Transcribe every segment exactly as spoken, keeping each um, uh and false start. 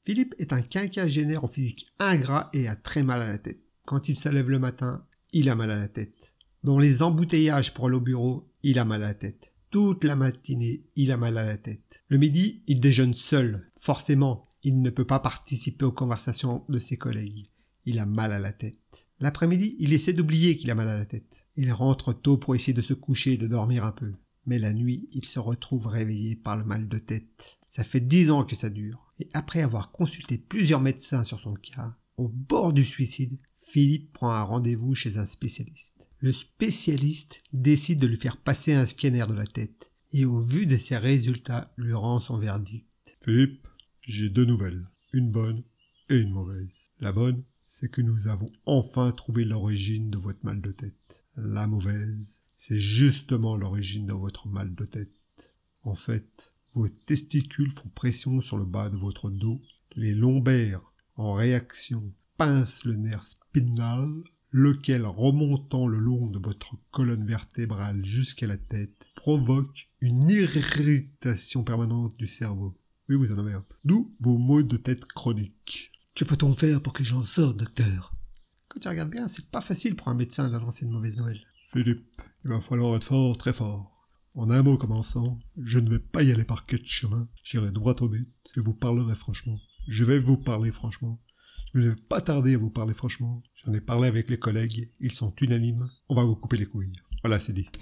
Philippe est un quinquagénaire en physique ingrat et a très mal à la tête. Quand il se lève le matin, il a mal à la tête. Dans les embouteillages pour aller au bureau, il a mal à la tête. Toute la matinée, il a mal à la tête. Le midi, il déjeune seul. Forcément, il ne peut pas participer aux conversations de ses collègues. Il a mal à la tête. L'après-midi, il essaie d'oublier qu'il a mal à la tête. Il rentre tôt pour essayer de se coucher et de dormir un peu. Mais la nuit, il se retrouve réveillé par le mal de tête. Ça fait dix ans que ça dure. Et après avoir consulté plusieurs médecins sur son cas, au bord du suicide, Philippe prend un rendez-vous chez un spécialiste. Le spécialiste décide de lui faire passer un scanner de la tête et au vu de ses résultats, lui rend son verdict. Philippe, j'ai deux nouvelles, une bonne et une mauvaise. La bonne, c'est que nous avons enfin trouvé l'origine de votre mal de tête. La mauvaise, c'est justement l'origine de votre mal de tête. En fait, vos testicules font pression sur le bas de votre dos, les lombaires, en réaction, pincent le nerf spinal, lequel, remontant le long de votre colonne vertébrale jusqu'à la tête, provoque une irritation permanente du cerveau. Oui, vous en avez un. D'où vos maux de tête chroniques. Que peut-on faire pour que j'en sorte, docteur? Quand tu regardes bien, c'est pas facile pour un médecin d'annoncer une mauvaise nouvelle. Philippe, il va falloir être fort, très fort. En un mot commençant, je ne vais pas y aller par quatre chemins, j'irai droit au but, je vous parlerai franchement. Je vais vous parler franchement. Je ne vais pas tarder à vous parler franchement. J'en ai parlé avec les collègues, ils sont unanimes, on va vous couper les couilles. Voilà, c'est dit.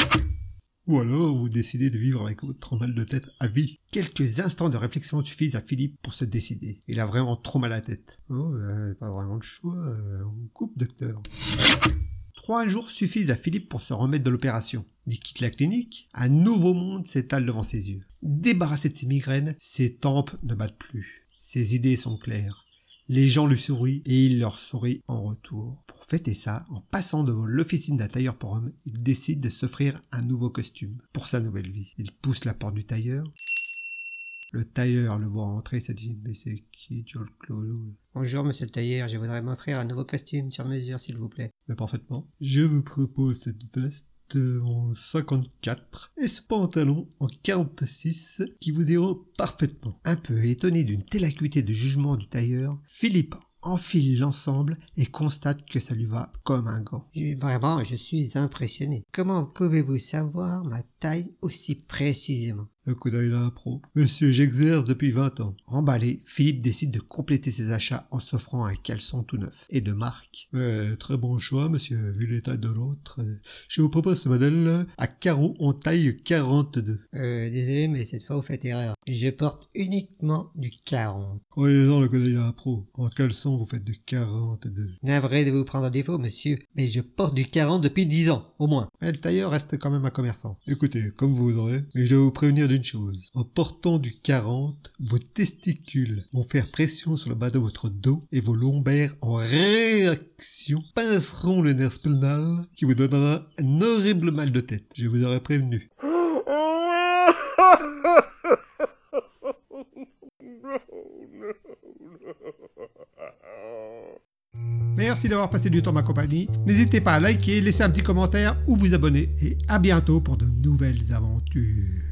Ou alors, vous décidez de vivre avec votre mal de tête à vie. Quelques instants de réflexion suffisent à Philippe pour se décider. Il a vraiment trop mal à la tête. Oh, euh, pas vraiment le choix, euh, on coupe, docteur. Trois jours suffisent à Philippe pour se remettre de l'opération. Il quitte la clinique, un nouveau monde s'étale devant ses yeux. Débarrassé de ses migraines, ses tempes ne battent plus. Ses idées sont claires. Les gens lui sourient et il leur sourit en retour. Pour fêter ça, en passant devant l'officine d'un tailleur pour hommes, il décide de s'offrir un nouveau costume pour sa nouvelle vie. Il pousse la porte du tailleur. Le tailleur le voit entrer et se dit « Mais c'est qui, Joel Clolo ?» Bonjour, monsieur le tailleur, je voudrais m'offrir un nouveau costume sur mesure, s'il vous plaît. Mais parfaitement. Je vous propose cette veste en cinquante-quatre et ce pantalon en quarante-six qui vous ira parfaitement. Un peu étonné d'une telle acuité de jugement du tailleur, Philippe enfile l'ensemble et constate que ça lui va comme un gant. Vraiment, je suis impressionné. Comment pouvez-vous savoir ma taille aussi précisément? Le coup d'œil d'un pro. Monsieur, j'exerce depuis vingt ans. Emballé, Philippe décide de compléter ses achats en s'offrant un caleçon tout neuf et de marque. Ouais, très bon choix, monsieur, vu l'état de l'autre. Je vous propose ce modèle à carreaux en taille quarante-deux. Euh, désolé, mais cette fois vous faites erreur. Je porte uniquement du quarante. Croyez-en, le coup d'œil d'un pro. En caleçon, vous faites du quarante-deux. Navré de vous prendre à défaut, monsieur, mais je porte du quarante depuis dix ans, au moins. Mais le tailleur reste quand même un commerçant. Écoutez, comme vous voudrez, mais je dois vous prévenir d'une chose. En portant du quarante, vos testicules vont faire pression sur le bas de votre dos et vos lombaires en réaction pinceront le nerf spinal qui vous donnera un horrible mal de tête. Je vous aurais prévenu. Merci d'avoir passé du temps en ma compagnie. N'hésitez pas à liker, laisser un petit commentaire ou vous abonner. Et à bientôt pour de nouvelles aventures.